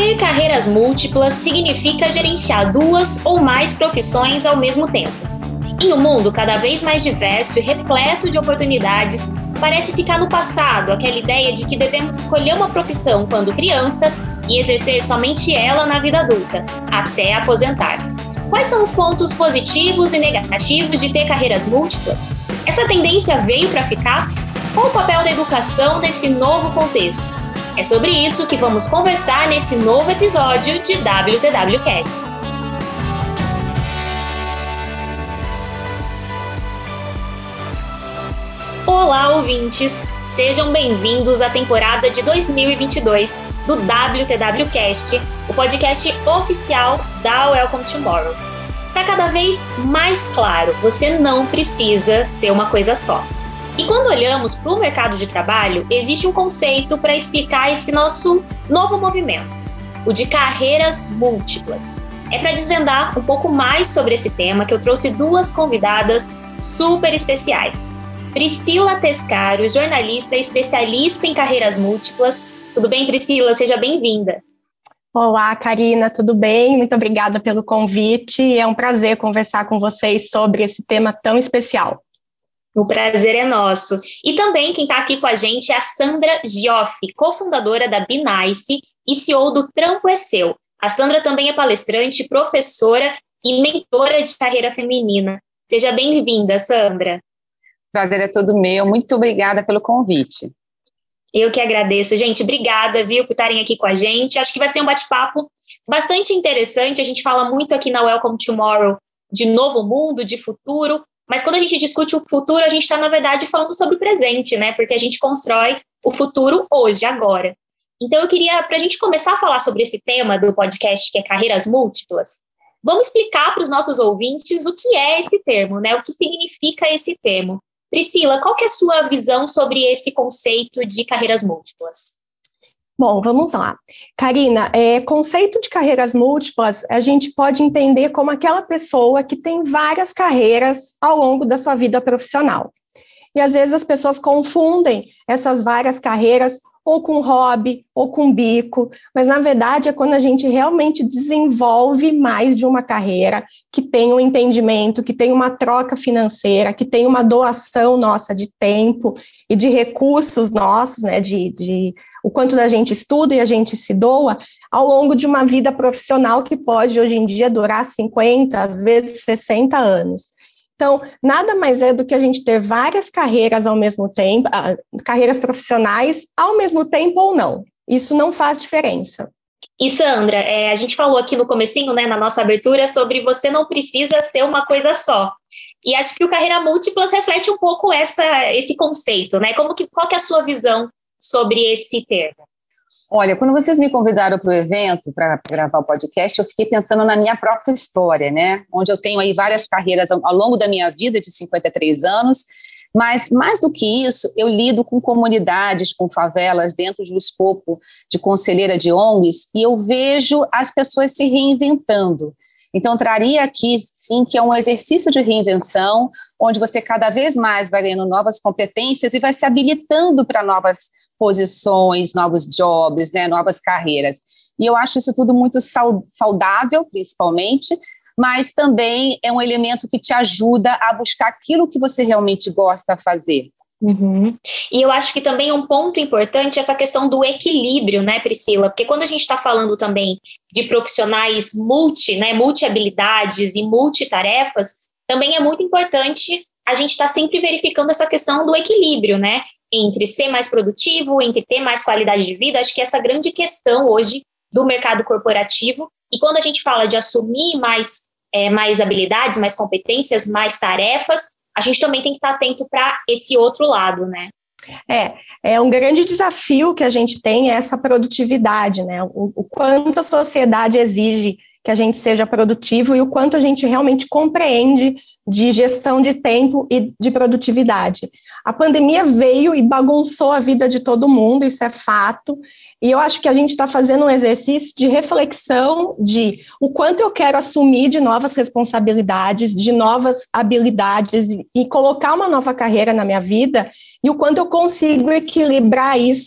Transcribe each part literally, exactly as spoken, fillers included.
Ter carreiras múltiplas significa gerenciar duas ou mais profissões ao mesmo tempo. Em um mundo cada vez mais diverso e repleto de oportunidades, parece ficar no passado aquela ideia de que devemos escolher uma profissão quando criança e exercer somente ela na vida adulta, até aposentar. Quais são os pontos positivos e negativos de ter carreiras múltiplas? Essa tendência veio para ficar? Qual o papel da educação nesse novo contexto? É sobre isso que vamos conversar nesse novo episódio de W T W Cast. Olá, ouvintes! Sejam bem-vindos à temporada de dois mil e vinte e dois do W T W Cast, o podcast oficial da Welcome Tomorrow. Está cada vez mais claro, você não precisa ser uma coisa só. E quando olhamos para o mercado de trabalho, existe um conceito para explicar esse nosso novo movimento, o de carreiras múltiplas. É para desvendar um pouco mais sobre esse tema que eu trouxe duas convidadas super especiais. Priscila Tescaro, jornalista e especialista em carreiras múltiplas. Tudo bem, Priscila? Seja bem-vinda. Olá, Karina, tudo bem? Muito obrigada pelo convite. É um prazer conversar com vocês sobre esse tema tão especial. O prazer é nosso. E também quem está aqui com a gente é a Sandra Gioffi, cofundadora da Be Nice e C E O do Trampo é Seu. A Sandra também é palestrante, professora e mentora de carreira feminina. Seja bem-vinda, Sandra. Prazer é todo meu. Muito obrigada pelo convite. Eu que agradeço. Gente, obrigada, viu, por estarem aqui com a gente. Acho que vai ser um bate-papo bastante interessante. A gente fala muito aqui na Welcome Tomorrow de novo mundo, de futuro, mas quando a gente discute o futuro, a gente está, na verdade, falando sobre o presente, né? Porque a gente constrói o futuro hoje, agora. Então, eu queria, para a gente começar a falar sobre esse tema do podcast, que é carreiras múltiplas, vamos explicar para os nossos ouvintes o que é esse termo, né? O que significa esse termo. Priscila, qual que é a sua visão sobre esse conceito de carreiras múltiplas? Bom, vamos lá. Karina, é, conceito de carreiras múltiplas, a gente pode entender como aquela pessoa que tem várias carreiras ao longo da sua vida profissional. E às vezes as pessoas confundem essas várias carreiras ou com hobby, ou com bico, mas na verdade é quando a gente realmente desenvolve mais de uma carreira, que tem um entendimento, que tem uma troca financeira, que tem uma doação nossa de tempo e de recursos nossos, né, de, de o quanto a gente estuda e a gente se doa, ao longo de uma vida profissional que pode hoje em dia durar cinquenta, às vezes sessenta anos. Então, nada mais é do que a gente ter várias carreiras ao mesmo tempo, carreiras profissionais ao mesmo tempo ou não. Isso não faz diferença. E Sandra, é, a gente falou aqui no comecinho, né, na nossa abertura, sobre você não precisa ser uma coisa só. E acho que o Carreira Múltiplas reflete um pouco essa, esse conceito, né? Como que, qual que é a sua visão sobre esse termo? Olha, quando vocês me convidaram para o evento, para gravar o podcast, eu fiquei pensando na minha própria história, né? Onde eu tenho aí várias carreiras ao, ao longo da minha vida, de cinquenta e três anos, mas mais do que isso, eu lido com comunidades, com favelas, dentro do escopo de conselheira de O N Gs, e eu vejo as pessoas se reinventando. Então, eu traria aqui, sim, que é um exercício de reinvenção, onde você cada vez mais vai ganhando novas competências e vai se habilitando para novas posições, novos jobs, né, novas carreiras. E eu acho isso tudo muito saudável, principalmente, mas também é um elemento que te ajuda a buscar aquilo que você realmente gosta de fazer. Uhum. E eu acho que também é um ponto importante essa questão do equilíbrio, né, Priscila? Porque quando a gente está falando também de profissionais multi, né, multi-habilidades e multitarefas, também é muito importante a gente estar tá sempre verificando essa questão do equilíbrio, né? Entre ser mais produtivo, entre ter mais qualidade de vida. Acho que essa é a grande questão hoje do mercado corporativo. E quando a gente fala de assumir mais, é, mais habilidades, mais competências, mais tarefas, a gente também tem que estar atento para esse outro lado, né? É, é um grande desafio que a gente tem é essa produtividade, né? O, o quanto a sociedade exige que a gente seja produtivo e o quanto a gente realmente compreende de gestão de tempo e de produtividade. A pandemia veio e bagunçou a vida de todo mundo, isso é fato, e eu acho que a gente está fazendo um exercício de reflexão de o quanto eu quero assumir de novas responsabilidades, de novas habilidades e, e colocar uma nova carreira na minha vida, e o quanto eu consigo equilibrar isso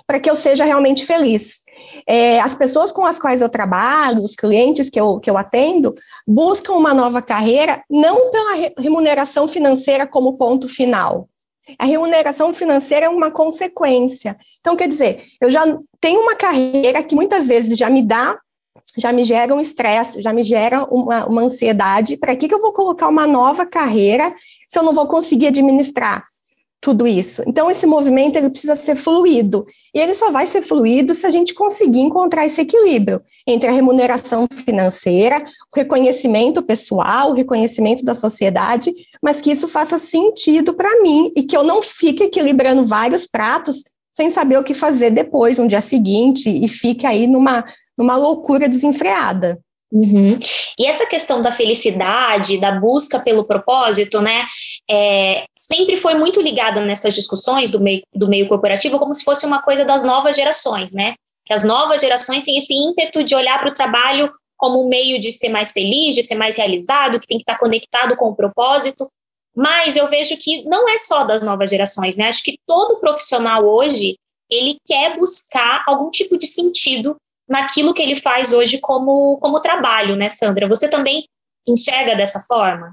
para que eu seja realmente feliz. É, as pessoas com as quais eu trabalho, os clientes que eu, que eu atendo, buscam uma nova carreira não pela remuneração financeira como ponto final. A remuneração financeira é uma consequência. Então, quer dizer, eu já tenho uma carreira que muitas vezes já me dá, já me gera um estresse, já me gera uma, uma ansiedade. Para que, que eu vou colocar uma nova carreira se eu não vou conseguir administrar tudo isso? Então, esse movimento ele precisa ser fluido. E ele só vai ser fluido se a gente conseguir encontrar esse equilíbrio entre a remuneração financeira, o reconhecimento pessoal, o reconhecimento da sociedade, mas que isso faça sentido para mim e que eu não fique equilibrando vários pratos sem saber o que fazer depois, no dia seguinte, e fique aí numa, numa loucura desenfreada. Uhum. E essa questão da felicidade, da busca pelo propósito, né, é, sempre foi muito ligada nessas discussões do meio, do meio corporativo como se fosse uma coisa das novas gerações, né, que as novas gerações têm esse ímpeto de olhar para o trabalho como um meio de ser mais feliz, de ser mais realizado, que tem que estar conectado com o propósito, mas eu vejo que não é só das novas gerações, né, acho que todo profissional hoje, ele quer buscar algum tipo de sentido naquilo que ele faz hoje como, como trabalho, né, Sandra? Você também enxerga dessa forma?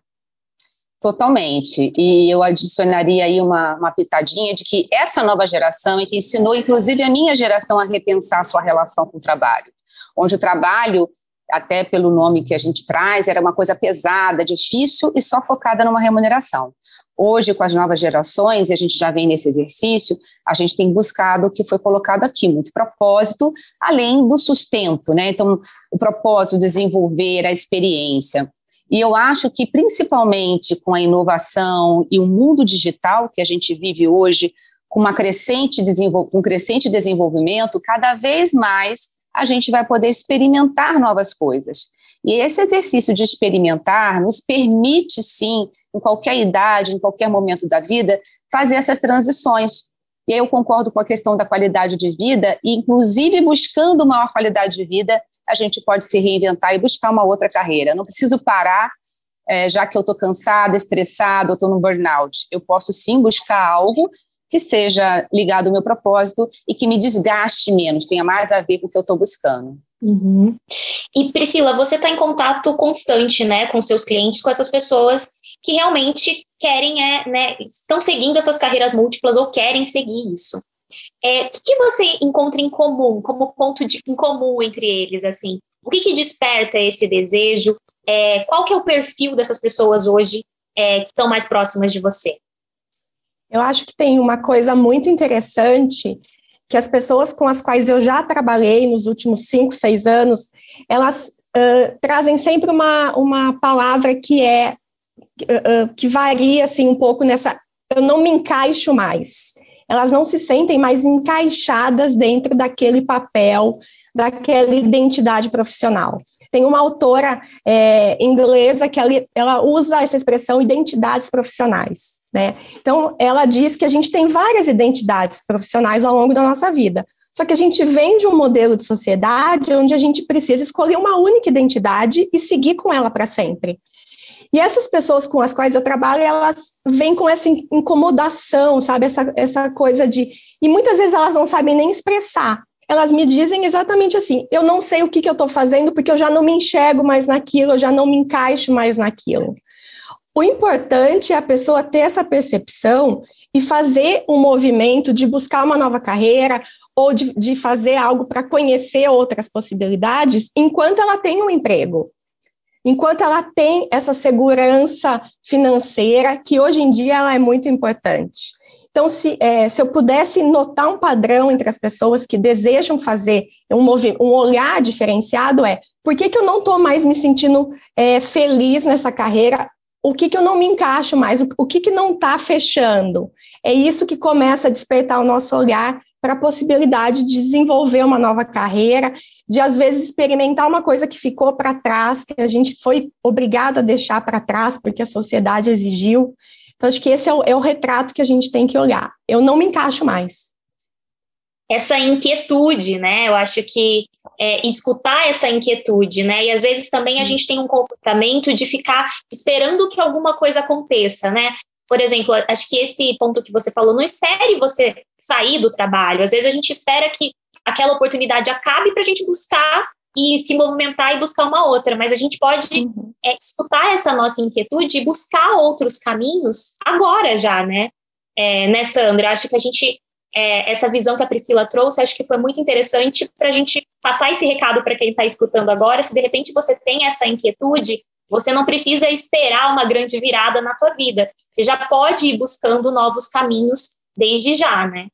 Totalmente, e eu adicionaria aí uma, uma pitadinha de que essa nova geração é que ensinou, inclusive, a minha geração a repensar a sua relação com o trabalho, onde o trabalho, até pelo nome que a gente traz, era uma coisa pesada, difícil e só focada numa remuneração. Hoje, com as novas gerações, e a gente já vem nesse exercício, a gente tem buscado o que foi colocado aqui, muito propósito, além do sustento, né? Então, o propósito, desenvolver a experiência. E eu acho que, principalmente com a inovação e o mundo digital que a gente vive hoje, com uma crescente desenvol- um crescente desenvolvimento, cada vez mais a gente vai poder experimentar novas coisas. E esse exercício de experimentar nos permite, sim, em qualquer idade, em qualquer momento da vida, fazer essas transições. E aí eu concordo com a questão da qualidade de vida, e inclusive buscando maior qualidade de vida, a gente pode se reinventar e buscar uma outra carreira. Eu não preciso parar, é, já que eu estou cansada, estressada, eu estou no burnout. Eu posso sim buscar algo que seja ligado ao meu propósito e que me desgaste menos, tenha mais a ver com o que eu estou buscando. Uhum. E Priscila, você está em contato constante, né, com seus clientes, com essas pessoas que realmente querem, é, né, estão seguindo essas carreiras múltiplas ou querem seguir isso. É, o que, que você encontra em comum, como ponto de, em comum entre eles, assim? O que, que desperta esse desejo? É, qual que é o perfil dessas pessoas hoje é, que estão mais próximas de você? Eu acho que tem uma coisa muito interessante, que as pessoas com as quais eu já trabalhei nos últimos cinco, seis anos, elas uh, trazem sempre uma, uma palavra que é Uh, que varia assim um pouco nessa, eu não me encaixo mais, elas não se sentem mais encaixadas dentro daquele papel, daquela identidade profissional. Tem uma autora é, inglesa que ela, ela usa essa expressão identidades profissionais, né? Então ela diz que a gente tem várias identidades profissionais ao longo da nossa vida, só que a gente vem de um modelo de sociedade onde a gente precisa escolher uma única identidade e seguir com ela para sempre. E essas pessoas com as quais eu trabalho, elas vêm com essa incomodação, sabe, essa, essa coisa de... E muitas vezes elas não sabem nem expressar. Elas me dizem exatamente assim, eu não sei o que, que eu estou fazendo porque eu já não me enxergo mais naquilo, eu já não me encaixo mais naquilo. O importante é a pessoa ter essa percepção e fazer um movimento de buscar uma nova carreira ou de, de fazer algo para conhecer outras possibilidades enquanto ela tem um emprego. Enquanto ela tem essa segurança financeira, que hoje em dia ela é muito importante. Então, se, é, se eu pudesse notar um padrão entre as pessoas que desejam fazer um, um olhar diferenciado, é por que, que eu não estou mais me sentindo é, feliz nessa carreira? O que, que eu não me encaixo mais? O, o que, que não está fechando? É isso que começa a despertar o nosso olhar para a possibilidade de desenvolver uma nova carreira, de às vezes experimentar uma coisa que ficou para trás, que a gente foi obrigado a deixar para trás, porque a sociedade exigiu. Então, acho que esse é o, é o retrato que a gente tem que olhar. Eu não me encaixo mais. Essa inquietude, né? Eu acho que é, escutar essa inquietude, né? E às vezes também a gente tem um comportamento de ficar esperando que alguma coisa aconteça, né? por exemplo, acho que esse ponto que você falou, não espere você sair do trabalho. Às vezes a gente espera que aquela oportunidade acabe para a gente buscar e se movimentar e buscar uma outra, mas a gente pode uhum. é, escutar essa nossa inquietude e buscar outros caminhos agora já, né? É, né, Sandra? Acho que a gente, é, essa visão que a Priscila trouxe, acho que foi muito interessante para a gente passar esse recado para quem está escutando agora. Se de repente você tem essa inquietude, você não precisa esperar uma grande virada na tua vida. Você já pode ir buscando novos caminhos desde já, né?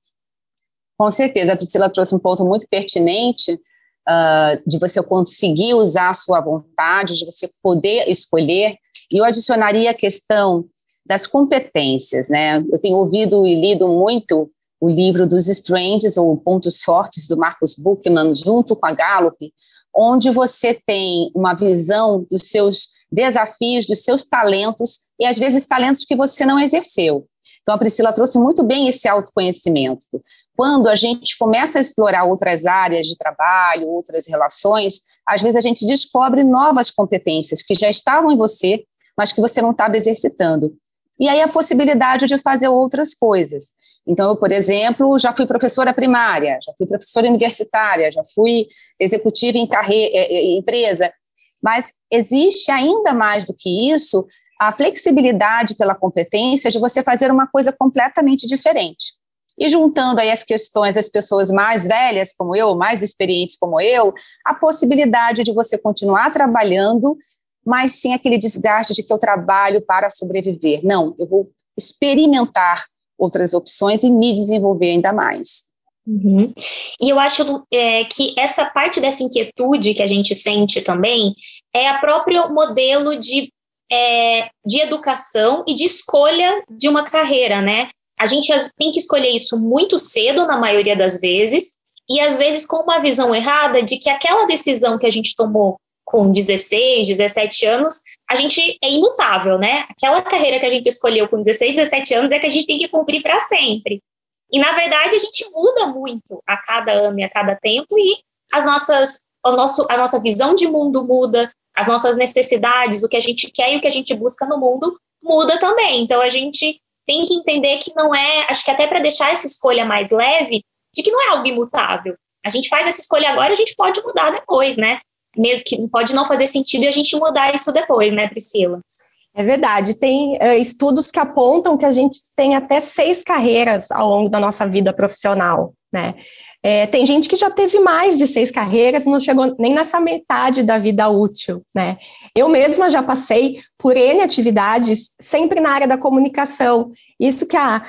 Com certeza, a Priscila trouxe um ponto muito pertinente, Uh, de você conseguir usar a sua vontade, de você poder escolher, e eu adicionaria a questão das competências, né? Eu tenho ouvido e lido muito o livro dos Strengths, ou Pontos Fortes, do Marcus Buchmann, junto com a Gallup, onde você tem uma visão dos seus desafios, dos seus talentos, e às vezes talentos que você não exerceu. Então a Priscila trouxe muito bem esse autoconhecimento. Quando a gente começa a explorar outras áreas de trabalho, outras relações, às vezes a gente descobre novas competências que já estavam em você, mas que você não estava exercitando. E aí a possibilidade de fazer outras coisas. Então, eu, por exemplo, já fui professora primária, já fui professora universitária, já fui executiva em carreira, em empresa, mas existe ainda mais do que isso a flexibilidade pela competência de você fazer uma coisa completamente diferente. E juntando aí as questões das pessoas mais velhas como eu, mais experientes como eu, a possibilidade de você continuar trabalhando, mas sem aquele desgaste de que eu trabalho para sobreviver. Não, eu vou experimentar outras opções e me desenvolver ainda mais. Uhum. E eu acho é, que essa parte dessa inquietude que a gente sente também é a próprio modelo de, é, de educação e de escolha de uma carreira, né? A gente tem que escolher isso muito cedo, na maioria das vezes, e às vezes com uma visão errada de que aquela decisão que a gente tomou com dezesseis, dezessete anos, a gente é imutável, né? Aquela carreira que a gente escolheu com dezesseis, dezessete anos é que a gente tem que cumprir para sempre. E, na verdade, a gente muda muito a cada ano e a cada tempo, e as nossas, o nosso, a nossa visão de mundo muda, as nossas necessidades, o que a gente quer e o que a gente busca no mundo muda também. Então, a gente tem que entender que não é, acho que até para deixar essa escolha mais leve, de que não é algo imutável. A gente faz essa escolha agora, a gente pode mudar depois, né? Mesmo que pode não fazer sentido e a gente mudar isso depois, né, Priscila? É verdade, tem uh, estudos que apontam que a gente tem até seis carreiras ao longo da nossa vida profissional, né? É, tem gente que já teve mais de seis carreiras e não chegou nem nessa metade da vida útil, né? Eu mesma já passei por N atividades, sempre na área da comunicação. Isso que a,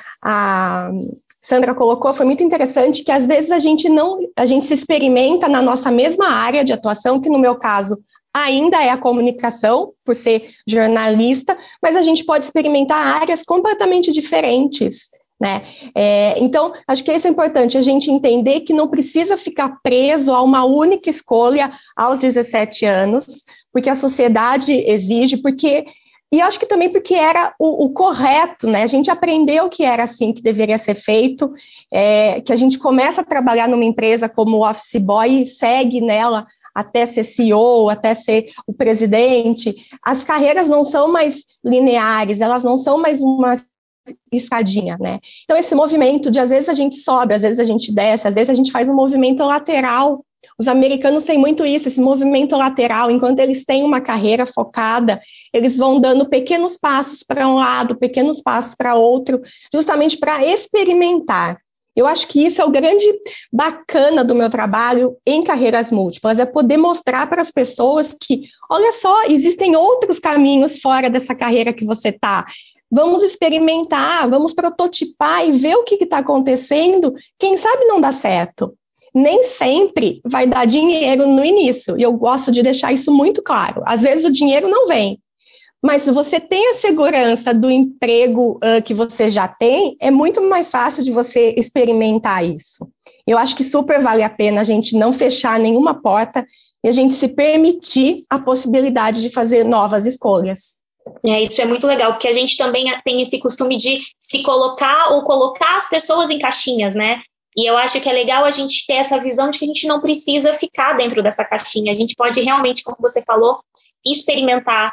a Sandra colocou foi muito interessante, que às vezes a gente não, a gente se experimenta na nossa mesma área de atuação, que no meu caso ainda é a comunicação, por ser jornalista, mas a gente pode experimentar áreas completamente diferentes, né? É, então, acho que isso é importante, a gente entender que não precisa ficar preso a uma única escolha aos dezessete anos, porque a sociedade exige, porque, e acho que também porque era o, o correto, né? A gente aprendeu que era assim que deveria ser feito, é, que a gente começa a trabalhar numa empresa como office boy e segue nela até ser C E O, até ser o presidente. As carreiras não são mais lineares, elas não são mais uma escadinha, né? Então, esse movimento de, às vezes, a gente sobe, às vezes a gente desce, às vezes a gente faz um movimento lateral. Os americanos têm muito isso, esse movimento lateral. Enquanto eles têm uma carreira focada, eles vão dando pequenos passos para um lado, pequenos passos para outro, justamente para experimentar. Eu acho que isso é o grande bacana do meu trabalho em carreiras múltiplas, é poder mostrar para as pessoas que, olha só, existem outros caminhos fora dessa carreira que você está. Vamos experimentar, vamos prototipar e ver o que está acontecendo. Quem sabe não dá certo. Nem sempre vai dar dinheiro no início, e eu gosto de deixar isso muito claro. Às vezes o dinheiro não vem, mas se você tem a segurança do emprego uh, que você já tem, é muito mais fácil de você experimentar isso. Eu acho que super vale a pena a gente não fechar nenhuma porta e a gente se permitir a possibilidade de fazer novas escolhas. É, isso é muito legal, porque a gente também tem esse costume de se colocar ou colocar as pessoas em caixinhas, né? E eu acho que é legal a gente ter essa visão de que a gente não precisa ficar dentro dessa caixinha. A gente pode realmente, como você falou, experimentar,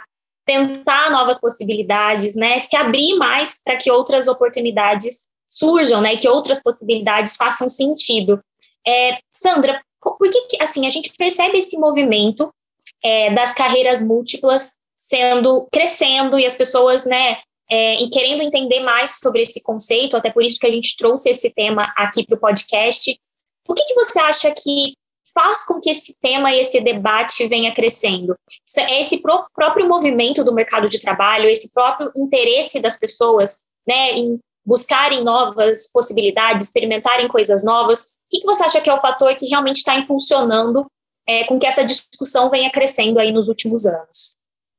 tentar novas possibilidades, né? Se abrir mais para que outras oportunidades surjam, né? Que outras possibilidades façam sentido. É, Sandra, por que, assim, a gente percebe esse movimento é, das carreiras múltiplas sendo, crescendo e as pessoas, né, é, e querendo entender mais sobre esse conceito, até por isso que a gente trouxe esse tema aqui para o podcast. O que, que você acha que faz com que esse tema e esse debate venha crescendo? É esse pró- próprio movimento do mercado de trabalho, esse próprio interesse das pessoas, né, em buscarem novas possibilidades, experimentarem coisas novas. O que, que você acha que é o fator que realmente está impulsionando é, com que essa discussão venha crescendo aí nos últimos anos?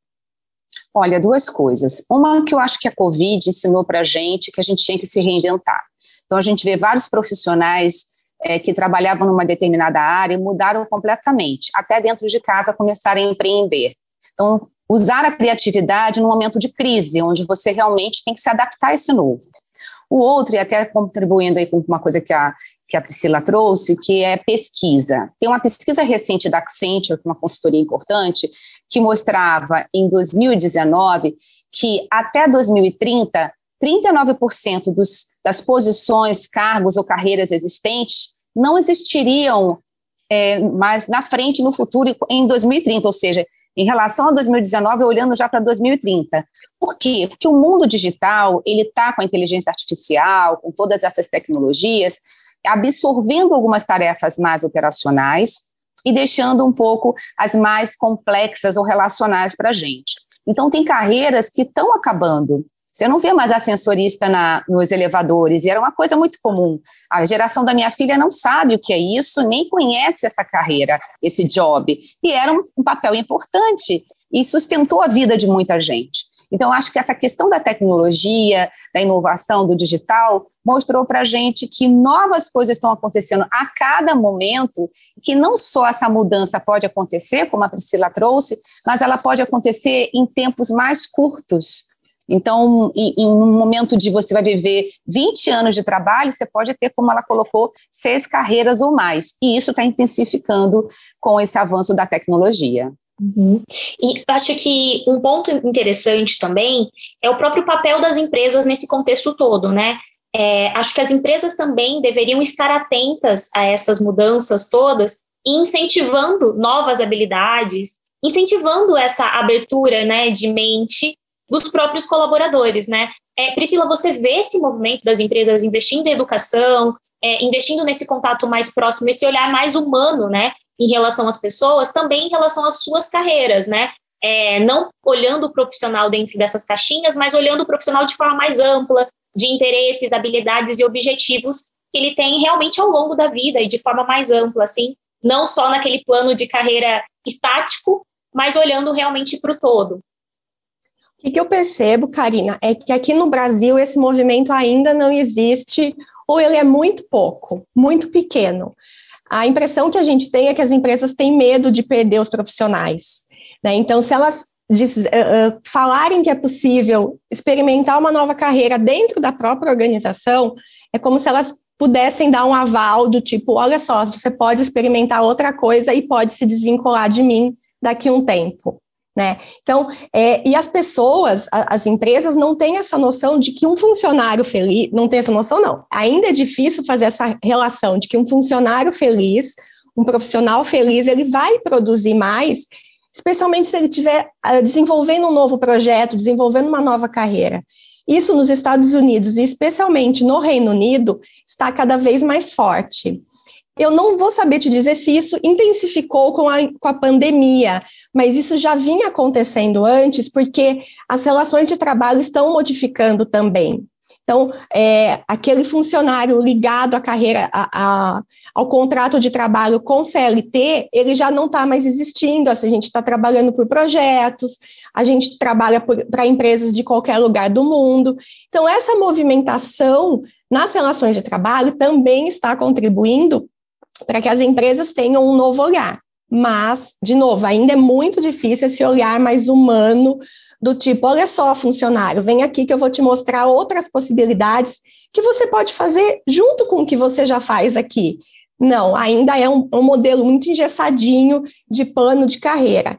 Olha, duas coisas. Uma que eu acho que a Covid ensinou para a gente que a gente tinha que se reinventar. Então, a gente vê vários profissionais é, que trabalhavam numa determinada área e mudaram completamente. Até dentro de casa começaram a empreender. Então, usar a criatividade num momento de crise, onde você realmente tem que se adaptar a esse novo. O outro, e até contribuindo aí com uma coisa que a, que a Priscila trouxe, que é pesquisa. Tem uma pesquisa recente da Accenture, uma consultoria importante, que mostrava em dois mil e dezenove que até dois mil e trinta, trinta e nove por cento dos, das posições, cargos ou carreiras existentes não existiriam é, mais na frente, no futuro, em dois mil e trinta, ou seja, em relação a dois mil e dezenove, olhando já para dois mil e trinta. Por quê? Porque o mundo digital, ele está com a inteligência artificial, com todas essas tecnologias, absorvendo algumas tarefas mais operacionais e deixando um pouco as mais complexas ou relacionais para a gente. Então, tem carreiras que estão acabando. Você não vê mais ascensorista na, nos elevadores, e era uma coisa muito comum. A geração da minha filha não sabe o que é isso, nem conhece essa carreira, esse job. E era um, um papel importante e sustentou a vida de muita gente. Então, acho que essa questão da tecnologia, da inovação, do digital, mostrou para a gente que novas coisas estão acontecendo a cada momento, que não só essa mudança pode acontecer, como a Priscila trouxe, mas ela pode acontecer em tempos mais curtos. Então, em, em um momento de você vai viver vinte anos de trabalho, você pode ter, como ela colocou, seis carreiras ou mais. E isso está intensificando com esse avanço da tecnologia. Uhum. E acho que um ponto interessante também é o próprio papel das empresas nesse contexto todo, né? É, acho que as empresas também deveriam estar atentas a essas mudanças todas e incentivando novas habilidades, incentivando essa abertura, né, de mente dos próprios colaboradores, né? É, Priscila, você vê esse movimento das empresas investindo em educação, é, investindo nesse contato mais próximo, esse olhar mais humano, né, em relação às pessoas, também em relação às suas carreiras, né? É, não olhando o profissional dentro dessas caixinhas, mas olhando o profissional de forma mais ampla, de interesses, habilidades e objetivos que ele tem realmente ao longo da vida e de forma mais ampla, assim, não só naquele plano de carreira estático, mas olhando realmente para o todo. O que, que eu percebo, Karina, é que aqui no Brasil esse movimento ainda não existe, ou ele é muito pouco, muito pequeno. A impressão que a gente tem é que as empresas têm medo de perder os profissionais, né? Então, se elas diz, uh, uh, falarem que é possível experimentar uma nova carreira dentro da própria organização, é como se elas pudessem dar um aval do tipo, olha só, você pode experimentar outra coisa e pode se desvincular de mim daqui a um tempo, né? Então, é, e as pessoas, a, as empresas não têm essa noção de que um funcionário feliz, não tem essa noção não, ainda é difícil fazer essa relação de que um funcionário feliz, um profissional feliz, ele vai produzir mais, especialmente se ele estiver uh, desenvolvendo um novo projeto, desenvolvendo uma nova carreira. Isso nos Estados Unidos e especialmente no Reino Unido está cada vez mais forte. Eu não vou saber te dizer se isso intensificou com a, com a pandemia, mas isso já vinha acontecendo antes, porque as relações de trabalho estão modificando também. Então, é, aquele funcionário ligado à carreira, a, a, ao contrato de trabalho com C L T, ele já não está mais existindo. Assim, a gente está trabalhando por projetos, a gente trabalha para empresas de qualquer lugar do mundo. Então, essa movimentação nas relações de trabalho também está contribuindo para que as empresas tenham um novo olhar. Mas, de novo, ainda é muito difícil esse olhar mais humano do tipo, olha só, funcionário, vem aqui que eu vou te mostrar outras possibilidades que você pode fazer junto com o que você já faz aqui. Não, ainda é um, um modelo muito engessadinho de plano de carreira.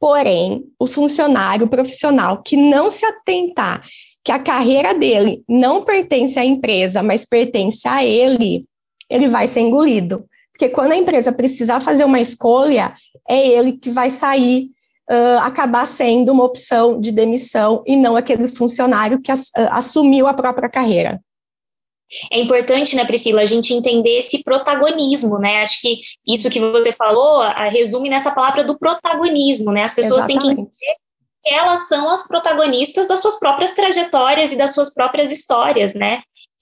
Porém, o funcionário profissional que não se atentar que a carreira dele não pertence à empresa, mas pertence a ele, ele vai ser engolido. Porque quando a empresa precisar fazer uma escolha, é ele que vai sair, uh, acabar sendo uma opção de demissão e não aquele funcionário que as, uh, assumiu a própria carreira. É importante, né, Priscila, a gente entender esse protagonismo, né? Acho que isso que você falou a, resume nessa palavra do protagonismo, né? As pessoas Exatamente. Têm que entender que elas são as protagonistas das suas próprias trajetórias e das suas próprias histórias, né?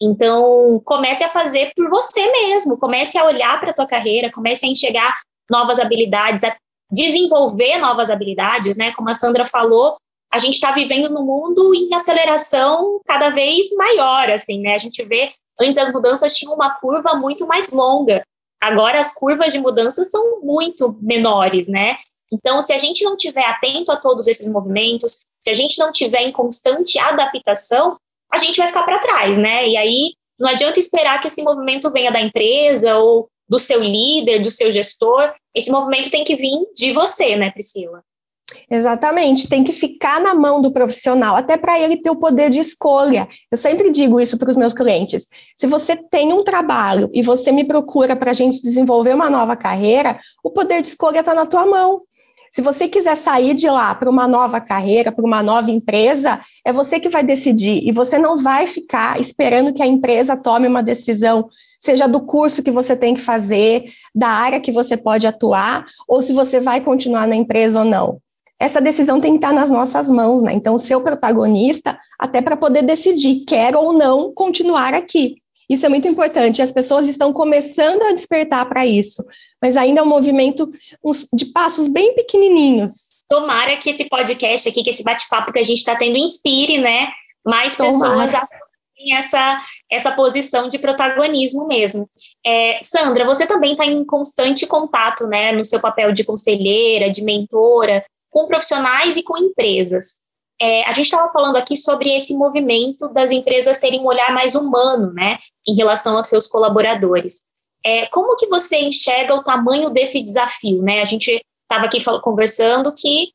Então, comece a fazer por você mesmo, comece a olhar para a tua carreira, comece a enxergar novas habilidades, a desenvolver novas habilidades, né? Como a Sandra falou, a gente está vivendo num mundo em aceleração cada vez maior, assim, né? A gente vê, antes as mudanças tinham uma curva muito mais longa, agora as curvas de mudanças são muito menores, né? Então, se a gente não estiver atento a todos esses movimentos, se a gente não estiver em constante adaptação, a gente vai ficar para trás, né? E aí, não adianta esperar que esse movimento venha da empresa ou do seu líder, do seu gestor. Esse movimento tem que vir de você, né, Priscila? Exatamente, tem que ficar na mão do profissional, até para ele ter o poder de escolha. Eu sempre digo isso para os meus clientes. Se você tem um trabalho e você me procura para a gente desenvolver uma nova carreira, o poder de escolha está na tua mão. Se você quiser sair de lá para uma nova carreira, para uma nova empresa, é você que vai decidir e você não vai ficar esperando que a empresa tome uma decisão, seja do curso que você tem que fazer, da área que você pode atuar, ou se você vai continuar na empresa ou não. Essa decisão tem que estar nas nossas mãos, né? Então, ser o protagonista, até para poder decidir, quer ou não continuar aqui. Isso é muito importante, as pessoas estão começando a despertar para isso, mas ainda é um movimento de passos bem pequenininhos. Tomara que esse podcast aqui, que esse bate-papo que a gente está tendo inspire, né, mais Tomara. pessoas a assumir essa, essa posição de protagonismo mesmo. É, Sandra, você também está em constante contato, né, no seu papel de conselheira, de mentora, com profissionais e com empresas. É, a gente estava falando aqui sobre esse movimento das empresas terem um olhar mais humano, né, em relação aos seus colaboradores. É, como que você enxerga o tamanho desse desafio, né? A gente estava aqui falando, conversando que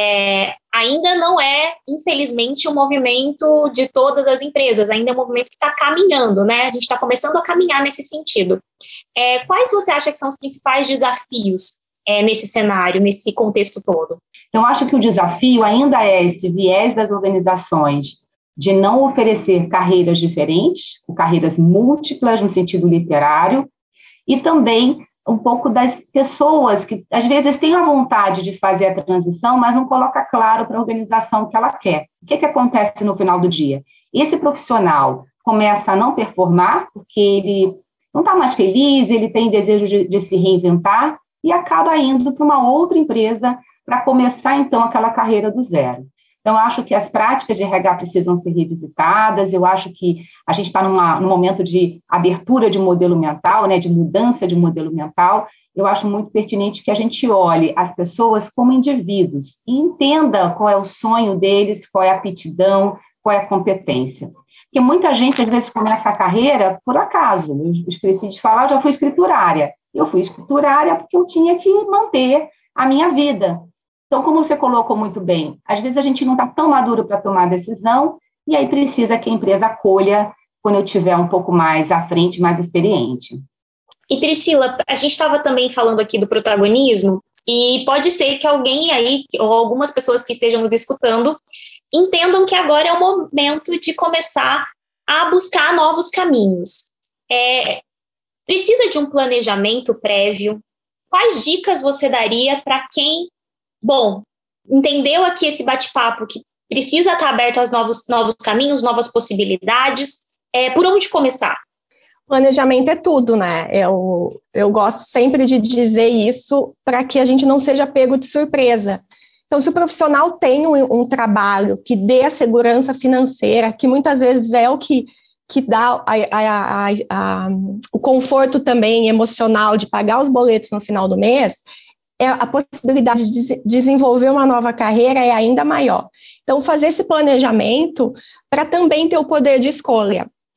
é, ainda não é, infelizmente, um movimento de todas as empresas, ainda é um movimento que está caminhando, né? A gente está começando a caminhar nesse sentido. É, quais você acha que são os principais desafios é, nesse cenário, nesse contexto todo? Eu acho que o desafio ainda é esse viés das organizações de não oferecer carreiras diferentes, carreiras múltiplas no sentido literário, e também um pouco das pessoas que, às vezes, têm a vontade de fazer a transição, mas não coloca claro para a organização o que ela quer. O que, que acontece no final do dia? Esse profissional começa a não performar, porque ele não está mais feliz, ele tem desejo de, de se reinventar, e acaba indo para uma outra empresa para começar, então, aquela carreira do zero. Então, eu acho que as práticas de R H precisam ser revisitadas, eu acho que a gente está num momento de abertura de modelo mental, né, de mudança de modelo mental. Eu acho muito pertinente que a gente olhe as pessoas como indivíduos e entenda qual é o sonho deles, qual é a aptidão, qual é a competência. Porque muita gente, às vezes, começa a carreira por acaso. Eu esqueci de falar, eu já fui escriturária. Eu fui escriturária porque eu tinha que manter a minha vida. Então, como você colocou muito bem, às vezes a gente não está tão maduro para tomar a decisão e aí precisa que a empresa acolha quando eu estiver um pouco mais à frente, mais experiente. E Priscila, a gente estava também falando aqui do protagonismo e pode ser que alguém aí, ou algumas pessoas que estejam nos escutando, entendam que agora é o momento de começar a buscar novos caminhos. É, precisa de um planejamento prévio? Quais dicas você daria para quem... Bom, entendeu aqui esse bate-papo que precisa estar aberto aos novos, novos caminhos, novas possibilidades. É, por onde começar? Planejamento é tudo, né? Eu, eu gosto sempre de dizer isso para que a gente não seja pego de surpresa. Então, se o profissional tem um, um trabalho que dê a segurança financeira, que muitas vezes é o que, que dá a, a, a, a, o conforto também emocional de pagar os boletos no final do mês, é a possibilidade de desenvolver uma nova carreira é ainda maior. Então, fazer esse planejamento para também ter o poder de escolha.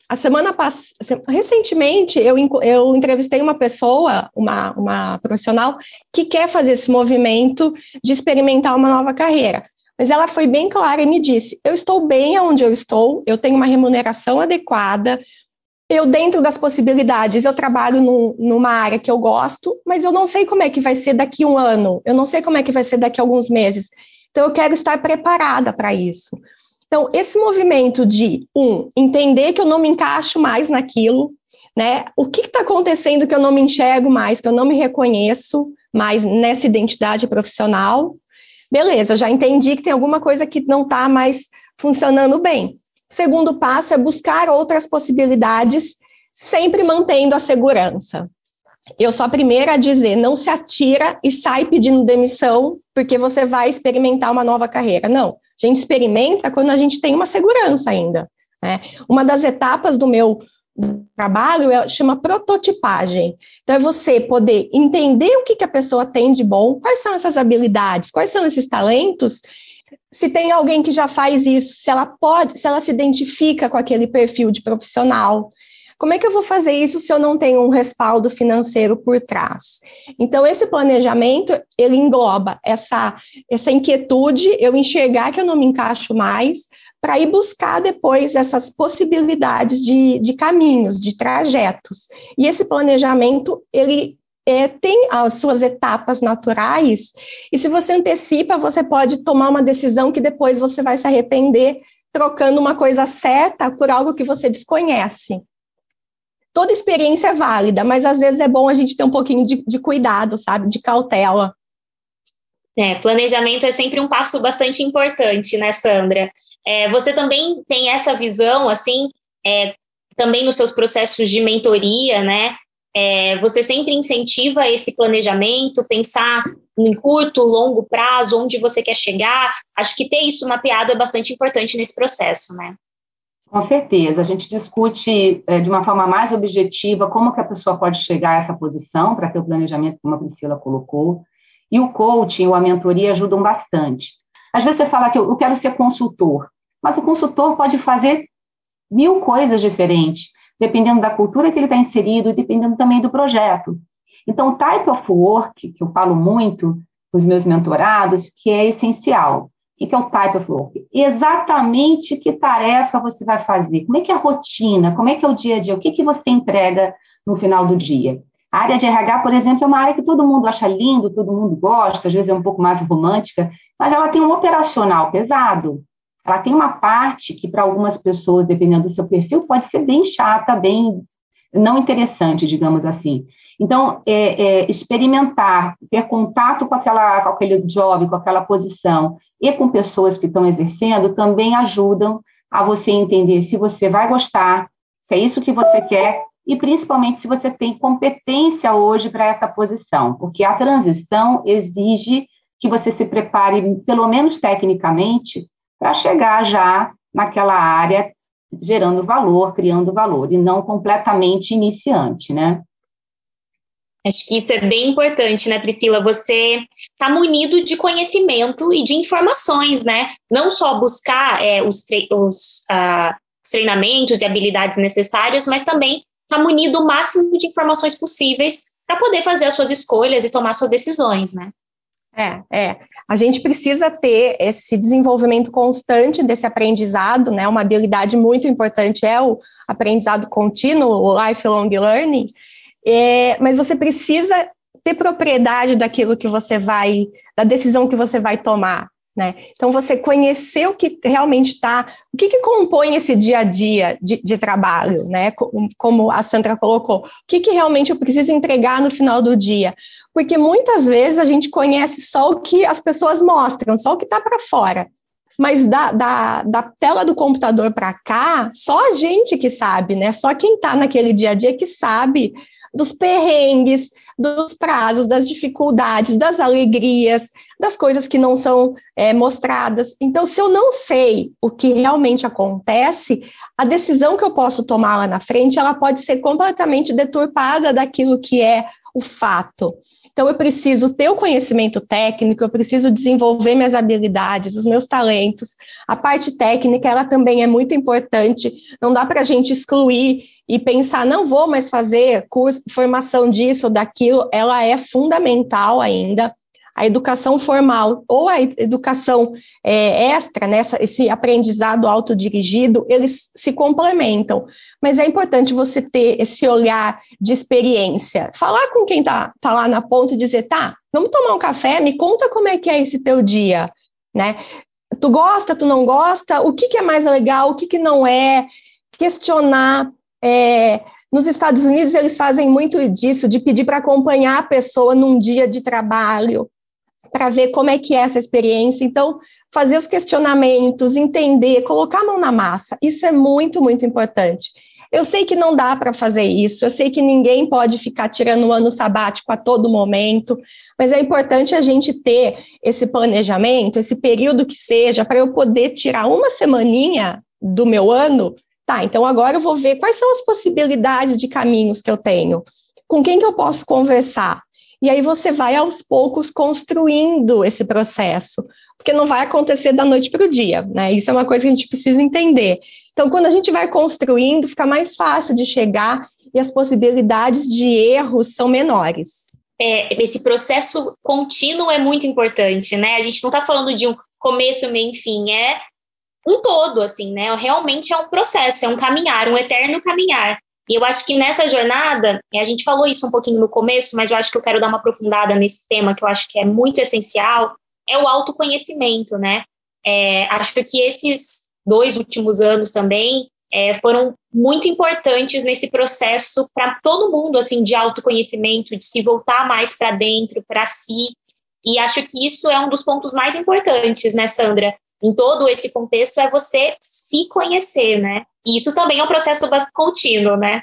A semana passada, recentemente, eu, eu entrevistei uma pessoa, uma, uma profissional, que quer fazer esse movimento de experimentar uma nova carreira. Mas ela foi bem clara e me disse, eu estou bem onde eu estou, eu tenho uma remuneração adequada, eu, dentro das possibilidades, eu trabalho no, numa área que eu gosto, mas eu não sei como é que vai ser daqui a um ano, eu não sei como é que vai ser daqui a alguns meses. Então, eu quero estar preparada para isso. Então, esse movimento de, um, entender que eu não me encaixo mais naquilo, né? O que está acontecendo que eu não me enxergo mais, que eu não me reconheço mais nessa identidade profissional? Beleza, já entendi que tem alguma coisa que não está mais funcionando bem. O segundo passo é buscar outras possibilidades, sempre mantendo a segurança. Eu sou a primeira a dizer, não se atira e sai pedindo demissão porque você vai experimentar uma nova carreira. Não, a gente experimenta quando a gente tem uma segurança ainda, né? Uma das etapas do meu trabalho é, chama prototipagem. Então, é você poder entender o que, que a pessoa tem de bom, quais são essas habilidades, quais são esses talentos, se tem alguém que já faz isso, se ela pode, se ela se identifica com aquele perfil de profissional. Como é que eu vou fazer isso se eu não tenho um respaldo financeiro por trás? Então, esse planejamento, ele engloba essa, essa inquietude, eu enxergar que eu não me encaixo mais, para ir buscar depois essas possibilidades de, de caminhos, de trajetos. E esse planejamento, ele é, tem as suas etapas naturais, e se você antecipa, você pode tomar uma decisão que depois você vai se arrepender, trocando uma coisa certa por algo que você desconhece. Toda experiência é válida, mas às vezes é bom a gente ter um pouquinho de, de cuidado, sabe, de cautela. É, planejamento é sempre um passo bastante importante, né, Sandra? É, você também tem essa visão, assim, é, também nos seus processos de mentoria, né? É, você sempre incentiva esse planejamento, pensar em curto, longo prazo, onde você quer chegar. Acho que ter isso mapeado é bastante importante nesse processo, né? Com certeza, a gente discute é, de uma forma mais objetiva como que a pessoa pode chegar a essa posição para ter o planejamento, como a Priscila colocou, e o coaching ou a mentoria ajudam bastante. Às vezes você fala que eu, eu quero ser consultor, mas o consultor pode fazer mil coisas diferentes, dependendo da cultura que ele está inserido e dependendo também do projeto. Então, o type of work, que eu falo muito com os meus mentorados, que é essencial. O que é o type of work? Exatamente que tarefa você vai fazer, como é que é a rotina, como é que é o dia a dia, o que, que você entrega no final do dia. A área de R H, por exemplo, é uma área que todo mundo acha lindo, todo mundo gosta, às vezes é um pouco mais romântica, mas ela tem um operacional pesado. Ela tem uma parte que, para algumas pessoas, dependendo do seu perfil, pode ser bem chata, bem não interessante, digamos assim. Então, é, é, experimentar, ter contato com, aquela, com aquele job, com aquela posição, e com pessoas que estão exercendo, também ajudam a você entender se você vai gostar, se é isso que você quer, e principalmente se você tem competência hoje para essa posição, porque a transição exige que você se prepare, pelo menos tecnicamente, para chegar já naquela área gerando valor, criando valor, e não completamente iniciante, né? Acho que isso é bem importante, né, Priscila? Você está munido de conhecimento e de informações, né? Não só buscar é, os, tre- os, uh, os treinamentos e habilidades necessárias, mas também está munido o máximo de informações possíveis para poder fazer as suas escolhas e tomar suas decisões, né? É, é. A gente precisa ter esse desenvolvimento constante desse aprendizado, né? Uma habilidade muito importante é o aprendizado contínuo, o lifelong learning. É, mas você precisa ter propriedade daquilo que você vai, da decisão que você vai tomar, né? Então, você conhecer o que realmente está, o que, que compõe esse dia a dia de, de trabalho, né? Como a Sandra colocou, o que, que realmente eu preciso entregar no final do dia? Porque muitas vezes a gente conhece só o que as pessoas mostram, só o que está para fora. Mas da, da, da tela do computador para cá, só a gente que sabe, né? Só quem está naquele dia a dia que sabe dos perrengues, dos prazos, das dificuldades, das alegrias, das coisas que não são é, mostradas. Então, se eu não sei o que realmente acontece, a decisão que eu posso tomar lá na frente, ela pode ser completamente deturpada daquilo que é o fato. Então, eu preciso ter o conhecimento técnico, eu preciso desenvolver minhas habilidades, os meus talentos. A parte técnica, ela também é muito importante. Não dá para a gente excluir e pensar, não vou mais fazer curso, formação disso ou daquilo. Ela é fundamental ainda. A educação formal ou a educação é, extra, né, esse aprendizado autodirigido, eles se complementam. Mas é importante você ter esse olhar de experiência. Falar com quem está tá lá na ponta e dizer, tá, vamos tomar um café, me conta como é que é esse teu dia, né? Tu gosta, tu não gosta? O que, que é mais legal, o que, que não é? Questionar. É, nos Estados Unidos, eles fazem muito disso, de pedir para acompanhar a pessoa num dia de trabalho, para ver como é que é essa experiência. Então, fazer os questionamentos, entender, colocar a mão na massa, isso é muito, muito importante. Eu sei que não dá para fazer isso, eu sei que ninguém pode ficar tirando um ano sabático a todo momento, mas é importante a gente ter esse planejamento, esse período que seja, para eu poder tirar uma semaninha do meu ano. Tá, então agora eu vou ver quais são as possibilidades de caminhos que eu tenho, com quem que eu posso conversar. E aí você vai aos poucos construindo esse processo, porque não vai acontecer da noite para o dia, né? Isso é uma coisa que a gente precisa entender. Então, quando a gente vai construindo, fica mais fácil de chegar e as possibilidades de erros são menores. É, esse processo contínuo é muito importante, né? A gente não está falando de um começo, meio e fim, é um todo, assim, né? Realmente é um processo, é um caminhar, um eterno caminhar. E eu acho que nessa jornada, a gente falou isso um pouquinho no começo, mas eu acho que eu quero dar uma aprofundada nesse tema, que eu acho que é muito essencial, é o autoconhecimento, né? É, acho que esses dois últimos anos também é, foram muito importantes nesse processo para todo mundo, assim, de autoconhecimento, de se voltar mais para dentro, para si. E acho que isso é um dos pontos mais importantes, né, Sandra? Em todo esse contexto é você se conhecer, né? E isso também é um processo bastante contínuo, né?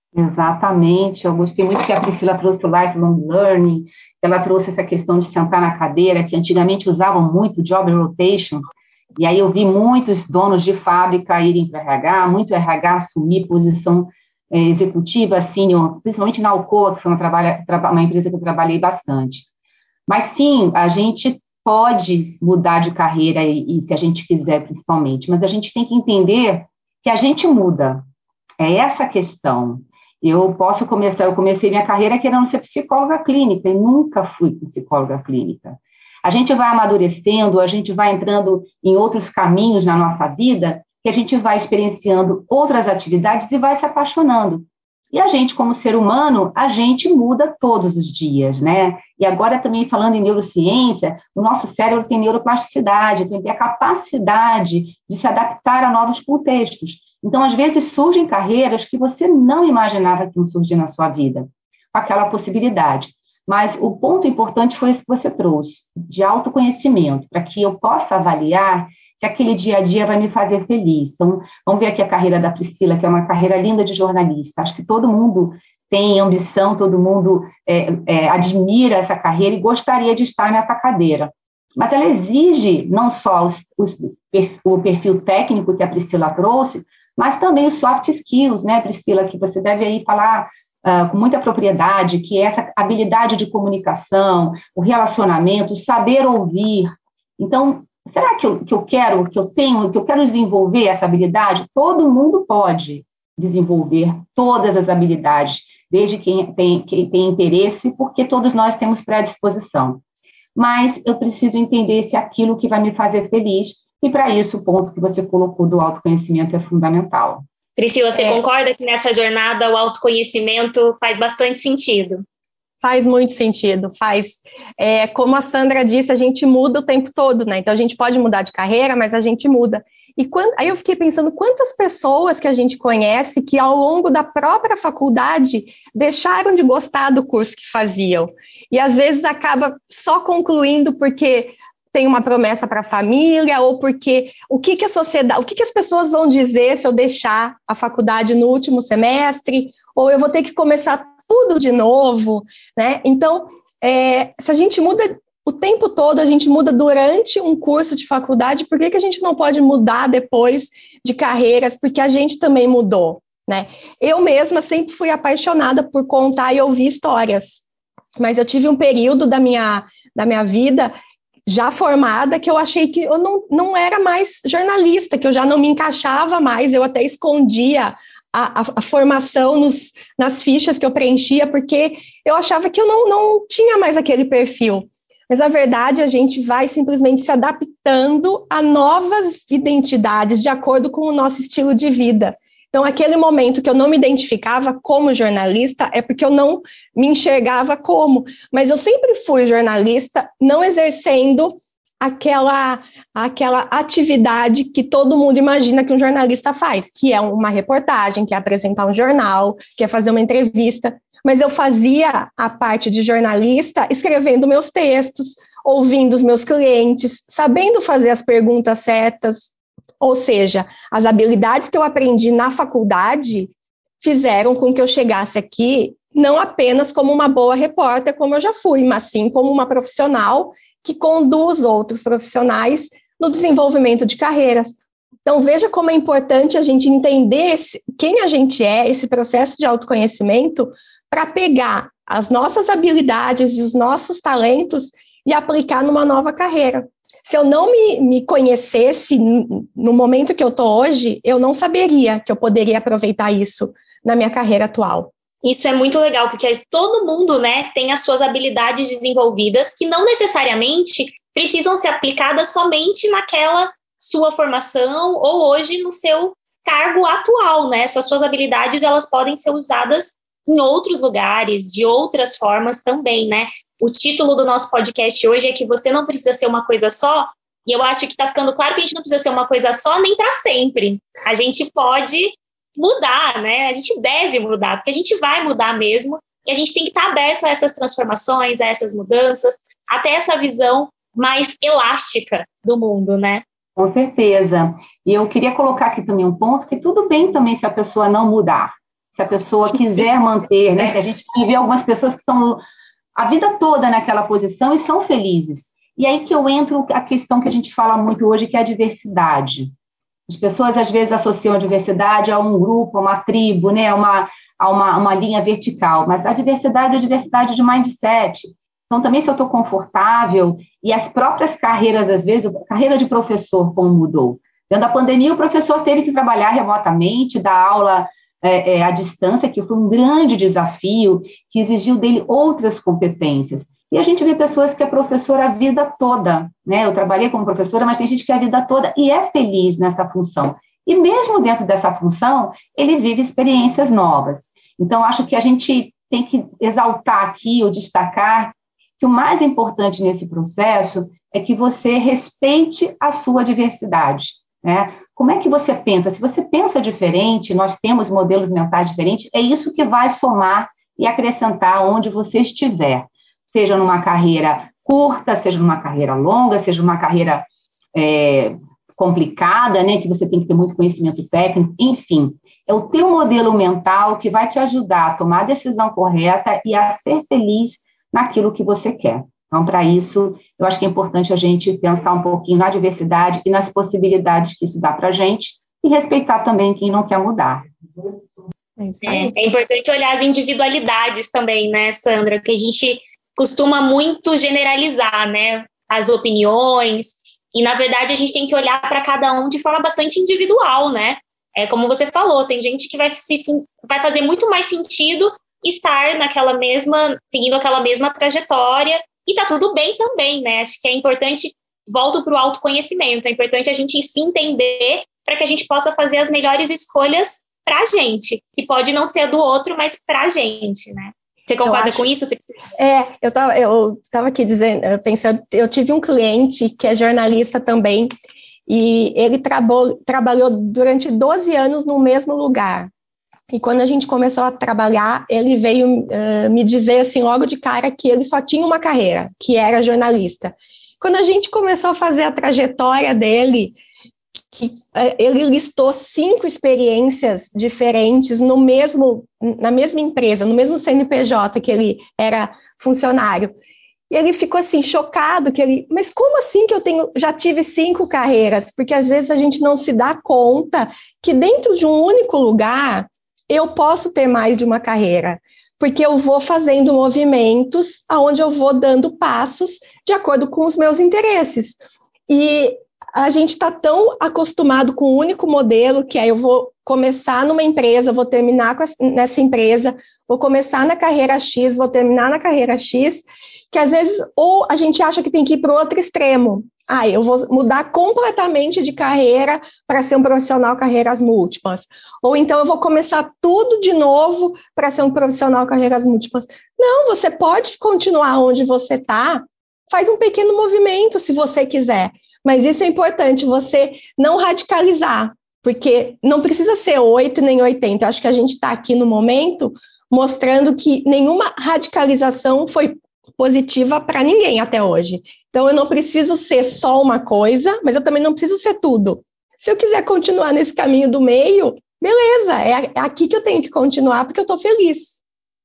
Exatamente. Eu gostei muito que a Priscila trouxe o lifelong learning, ela trouxe essa questão de sentar na cadeira, que antigamente usavam muito job rotation, e aí eu vi muitos donos de fábrica irem para R H, muito R H assumir posição é, executiva, senior, principalmente na Alcoa, que foi uma, trabalha, uma empresa que eu trabalhei bastante. Mas sim, a gente pode mudar de carreira, e, e se a gente quiser, principalmente, mas a gente tem que entender que a gente muda. É essa a questão. Eu posso começar, eu comecei minha carreira querendo ser psicóloga clínica, e nunca fui psicóloga clínica. A gente vai amadurecendo, a gente vai entrando em outros caminhos na nossa vida, que a gente vai experienciando outras atividades e vai se apaixonando. E a gente, como ser humano, a gente muda todos os dias, né? E agora também falando em neurociência, o nosso cérebro tem neuroplasticidade, então tem a capacidade de se adaptar a novos contextos. Então, às vezes, surgem carreiras que você não imaginava que iam surgir na sua vida, com aquela possibilidade. Mas o ponto importante foi isso que você trouxe, de autoconhecimento, para que eu possa avaliar se aquele dia a dia vai me fazer feliz. Então, vamos ver aqui a carreira da Priscila, que é uma carreira linda de jornalista. Acho que todo mundo tem ambição, todo mundo é, é, admira essa carreira e gostaria de estar nessa cadeira. Mas ela exige não só os, os, o perfil técnico que a Priscila trouxe, mas também os soft skills, né, Priscila, que você deve aí falar uh, com muita propriedade, que é essa habilidade de comunicação, o relacionamento, o saber ouvir. Então, será que eu, que eu quero, que eu tenho, que eu quero desenvolver essa habilidade? Todo mundo pode desenvolver todas as habilidades, desde quem tem, quem tem interesse, porque todos nós temos predisposição. Mas eu preciso entender se aquilo que vai me fazer feliz, e para isso o ponto que você colocou do autoconhecimento é fundamental. Priscila, você é. concorda que nessa jornada o autoconhecimento faz bastante sentido? Faz muito sentido, faz. É, como a Sandra disse, a gente muda o tempo todo, né? Então a gente pode mudar de carreira, mas a gente muda. E quando, aí eu fiquei pensando quantas pessoas que a gente conhece que ao longo da própria faculdade deixaram de gostar do curso que faziam. E às vezes acaba só concluindo porque tem uma promessa para a família, ou porque o que, que a sociedade, o que, que as pessoas vão dizer se eu deixar a faculdade no último semestre, ou eu vou ter que começar tudo de novo, né? Então, é, se a gente muda o tempo todo, a gente muda durante um curso de faculdade, por que, que a gente não pode mudar depois de carreiras? Porque a gente também mudou, né? Eu mesma sempre fui apaixonada por contar e ouvir histórias. mas eu tive um período da minha, da minha vida já formada, que eu achei que eu não, não era mais jornalista, que eu já não me encaixava mais, eu até escondia a, a, a formação nos, nas fichas que eu preenchia, porque eu achava que eu não, não tinha mais aquele perfil. Mas, na verdade, a gente vai simplesmente se adaptando a novas identidades de acordo com o nosso estilo de vida. Então, aquele momento que eu não me identificava como jornalista é porque eu não me enxergava como, mas eu sempre fui jornalista, não exercendo aquela, aquela atividade que todo mundo imagina que um jornalista faz, que é uma reportagem, que é apresentar um jornal, que é fazer uma entrevista, mas eu fazia a parte de jornalista escrevendo meus textos, ouvindo os meus clientes, sabendo fazer as perguntas certas. Ou seja, as habilidades que eu aprendi na faculdade fizeram com que eu chegasse aqui não apenas como uma boa repórter, como eu já fui, mas sim como uma profissional que conduz outros profissionais no desenvolvimento de carreiras. Então, veja como é importante a gente entender esse, quem a gente é, esse processo de autoconhecimento, para pegar as nossas habilidades e os nossos talentos e aplicar numa nova carreira. Se eu não me, me conhecesse no momento que eu estou hoje, eu não saberia que eu poderia aproveitar isso na minha carreira atual. Isso é muito legal, porque todo mundo, né, tem as suas habilidades desenvolvidas que não necessariamente precisam ser aplicadas somente naquela sua formação ou hoje no seu cargo atual, né? Essas suas habilidades, elas podem ser usadas em outros lugares, de outras formas também, né? O título do nosso podcast hoje é que você não precisa ser uma coisa só, e eu acho que está ficando claro que a gente não precisa ser uma coisa só nem para sempre. A gente pode mudar, né? A gente deve mudar, porque a gente vai mudar mesmo, e a gente tem que estar aberto a essas transformações, a essas mudanças, até essa visão mais elástica do mundo, né? Com certeza. E eu queria colocar aqui também um ponto, que tudo bem também se a pessoa não mudar, se a pessoa quiser manter, né? Que a gente vê algumas pessoas que estão a vida toda naquela posição e são felizes. E aí que eu entro a questão que a gente fala muito hoje, que é a diversidade. As pessoas, às vezes, associam a diversidade a um grupo, a uma tribo, né? a, uma, a uma, uma linha vertical, mas a diversidade é a diversidade de mindset. Então, também, se eu estou confortável, e as próprias carreiras, às vezes, a carreira de professor, como mudou. Dentro da pandemia, o professor teve que trabalhar remotamente, dar aula É, é, à distância, que foi um grande desafio, que exigiu dele outras competências. E a gente vê pessoas que é professora a vida toda, né? Eu trabalhei como professora, mas tem gente que é a vida toda e é feliz nessa função. E mesmo dentro dessa função, ele vive experiências novas. Então, acho que a gente tem que exaltar aqui ou destacar que o mais importante nesse processo é que você respeite a sua diversidade, né? Como é que você pensa? Se você pensa diferente, nós temos modelos mentais diferentes, é isso que vai somar e acrescentar onde você estiver. Seja numa carreira curta, seja numa carreira longa, seja numa carreira é, complicada, né, que você tem que ter muito conhecimento técnico, enfim. É o teu modelo mental que vai te ajudar a tomar a decisão correta e a ser feliz naquilo que você quer. Então, para isso, eu acho que é importante a gente pensar um pouquinho na diversidade e nas possibilidades que isso dá para a gente e respeitar também quem não quer mudar. É, é importante olhar as individualidades também, né, Sandra? Que a gente costuma muito generalizar, né, as opiniões, e, na verdade, a gente tem que olhar para cada um de forma bastante individual, né? É como você falou, tem gente que vai, se, vai fazer muito mais sentido estar naquela mesma, seguindo aquela mesma trajetória. E tá tudo bem também, né? Acho que é importante, volto para o autoconhecimento, é importante a gente se entender para que a gente possa fazer as melhores escolhas para a gente, que pode não ser do outro, mas para a gente, né? Você concorda acho, com isso? É, eu estava eu tava aqui dizendo, eu pensando, eu tive um cliente que é jornalista também, e ele trabou, trabalhou durante doze anos no mesmo lugar. E quando a gente começou a trabalhar, ele veio uh, me dizer assim, logo de cara, que ele só tinha uma carreira, que era jornalista. Quando a gente começou a fazer a trajetória dele, que uh, ele listou cinco experiências diferentes no mesmo, na mesma empresa, no mesmo C N P J que ele era funcionário. E ele ficou assim, chocado, que ele, mas como assim que eu tenho, já tive cinco carreiras? Porque às vezes a gente não se dá conta que dentro de um único lugar eu posso ter mais de uma carreira. porque eu vou fazendo movimentos onde eu vou dando passos de acordo com os meus interesses. E a gente está tão acostumado com o único modelo, que é eu vou começar numa empresa, vou terminar com essa, nessa empresa, vou começar na carreira X, vou terminar na carreira X, que às vezes ou a gente acha que tem que ir para o outro extremo. Ah, eu vou mudar completamente de carreira para ser um profissional carreiras múltiplas. Ou então eu vou começar tudo de novo para ser um profissional carreiras múltiplas. Não, você pode continuar onde você está, faz um pequeno movimento se você quiser. Mas isso é importante, você não radicalizar, porque não precisa ser oito nem oitenta. Eu acho que a gente está aqui no momento mostrando que nenhuma radicalização foi positiva para ninguém até hoje. Então, eu não preciso ser só uma coisa, mas eu também não preciso ser tudo. Se eu quiser continuar nesse caminho do meio, beleza, é aqui que eu tenho que continuar, porque eu estou feliz.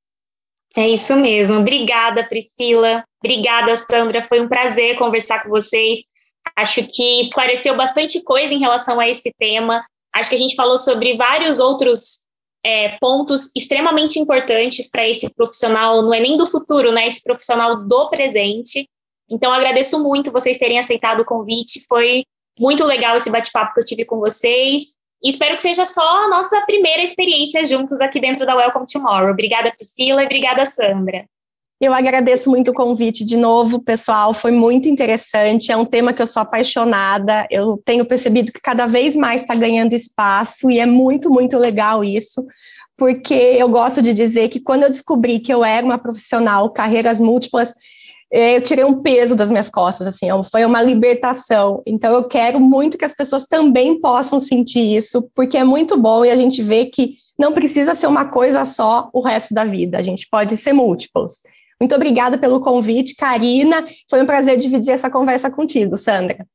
É isso mesmo. Obrigada, Priscila. Obrigada, Sandra. Foi um prazer conversar com vocês. Acho que esclareceu bastante coisa em relação a esse tema. Acho que a gente falou sobre vários outros é, pontos extremamente importantes para esse profissional, não é nem do futuro, né? Esse profissional do presente. Então, agradeço muito vocês terem aceitado o convite. Foi muito legal esse bate-papo que eu tive com vocês. E espero que seja só a nossa primeira experiência juntos aqui dentro da Welcome Tomorrow. Obrigada, Priscila, e obrigada, Sandra. Eu agradeço muito o convite de novo, pessoal, foi muito interessante, é um tema que eu sou apaixonada, eu tenho percebido que cada vez mais está ganhando espaço e é muito, muito legal isso, porque eu gosto de dizer que quando eu descobri que eu era uma profissional, carreiras múltiplas, eu tirei um peso das minhas costas, assim, foi uma libertação, então eu quero muito que as pessoas também possam sentir isso, porque é muito bom e a gente vê que não precisa ser uma coisa só o resto da vida, a gente pode ser múltiplos. Muito obrigada pelo convite, Karina. Foi um prazer dividir essa conversa contigo, Sandra.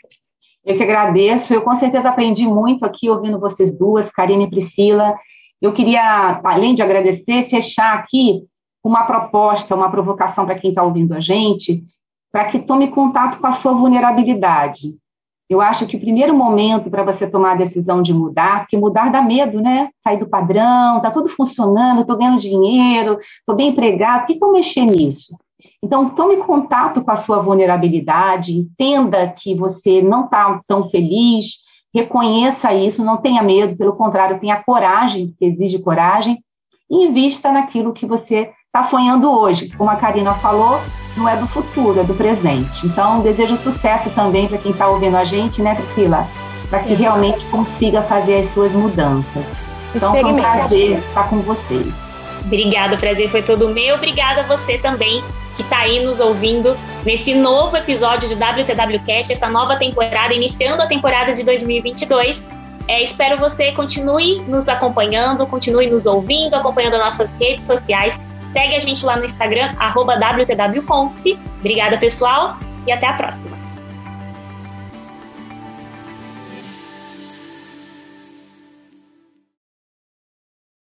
Eu que agradeço. Eu com certeza aprendi muito aqui ouvindo vocês duas, Karina e Priscila. Eu queria, além de agradecer, fechar aqui uma proposta, uma provocação para quem está ouvindo a gente, para que tome contato com a sua vulnerabilidade. Eu acho que o primeiro momento para você tomar a decisão de mudar, porque mudar dá medo, né? Sair do padrão, está tudo funcionando, estou ganhando dinheiro, estou bem empregado, por que eu mexer nisso? Então, tome contato com a sua vulnerabilidade, entenda que você não está tão feliz, reconheça isso, não tenha medo, pelo contrário, tenha coragem, porque exige coragem, e invista naquilo que você está sonhando hoje. Como a Karina falou, não é do futuro, é do presente. Então, desejo sucesso também para quem está ouvindo a gente, né, Priscila? Para que realmente consiga fazer as suas mudanças. Então, foi um prazer estar com vocês. Obrigada, o prazer foi todo meu. Obrigada a você também que está aí nos ouvindo nesse novo episódio do W T W Cast, essa nova temporada, iniciando a temporada de dois mil e vinte e dois. É, espero você continue nos acompanhando, continue nos ouvindo, acompanhando as nossas redes sociais. Segue a gente lá no Instagram, arroba W T W Conf. Obrigada, pessoal, e até a próxima.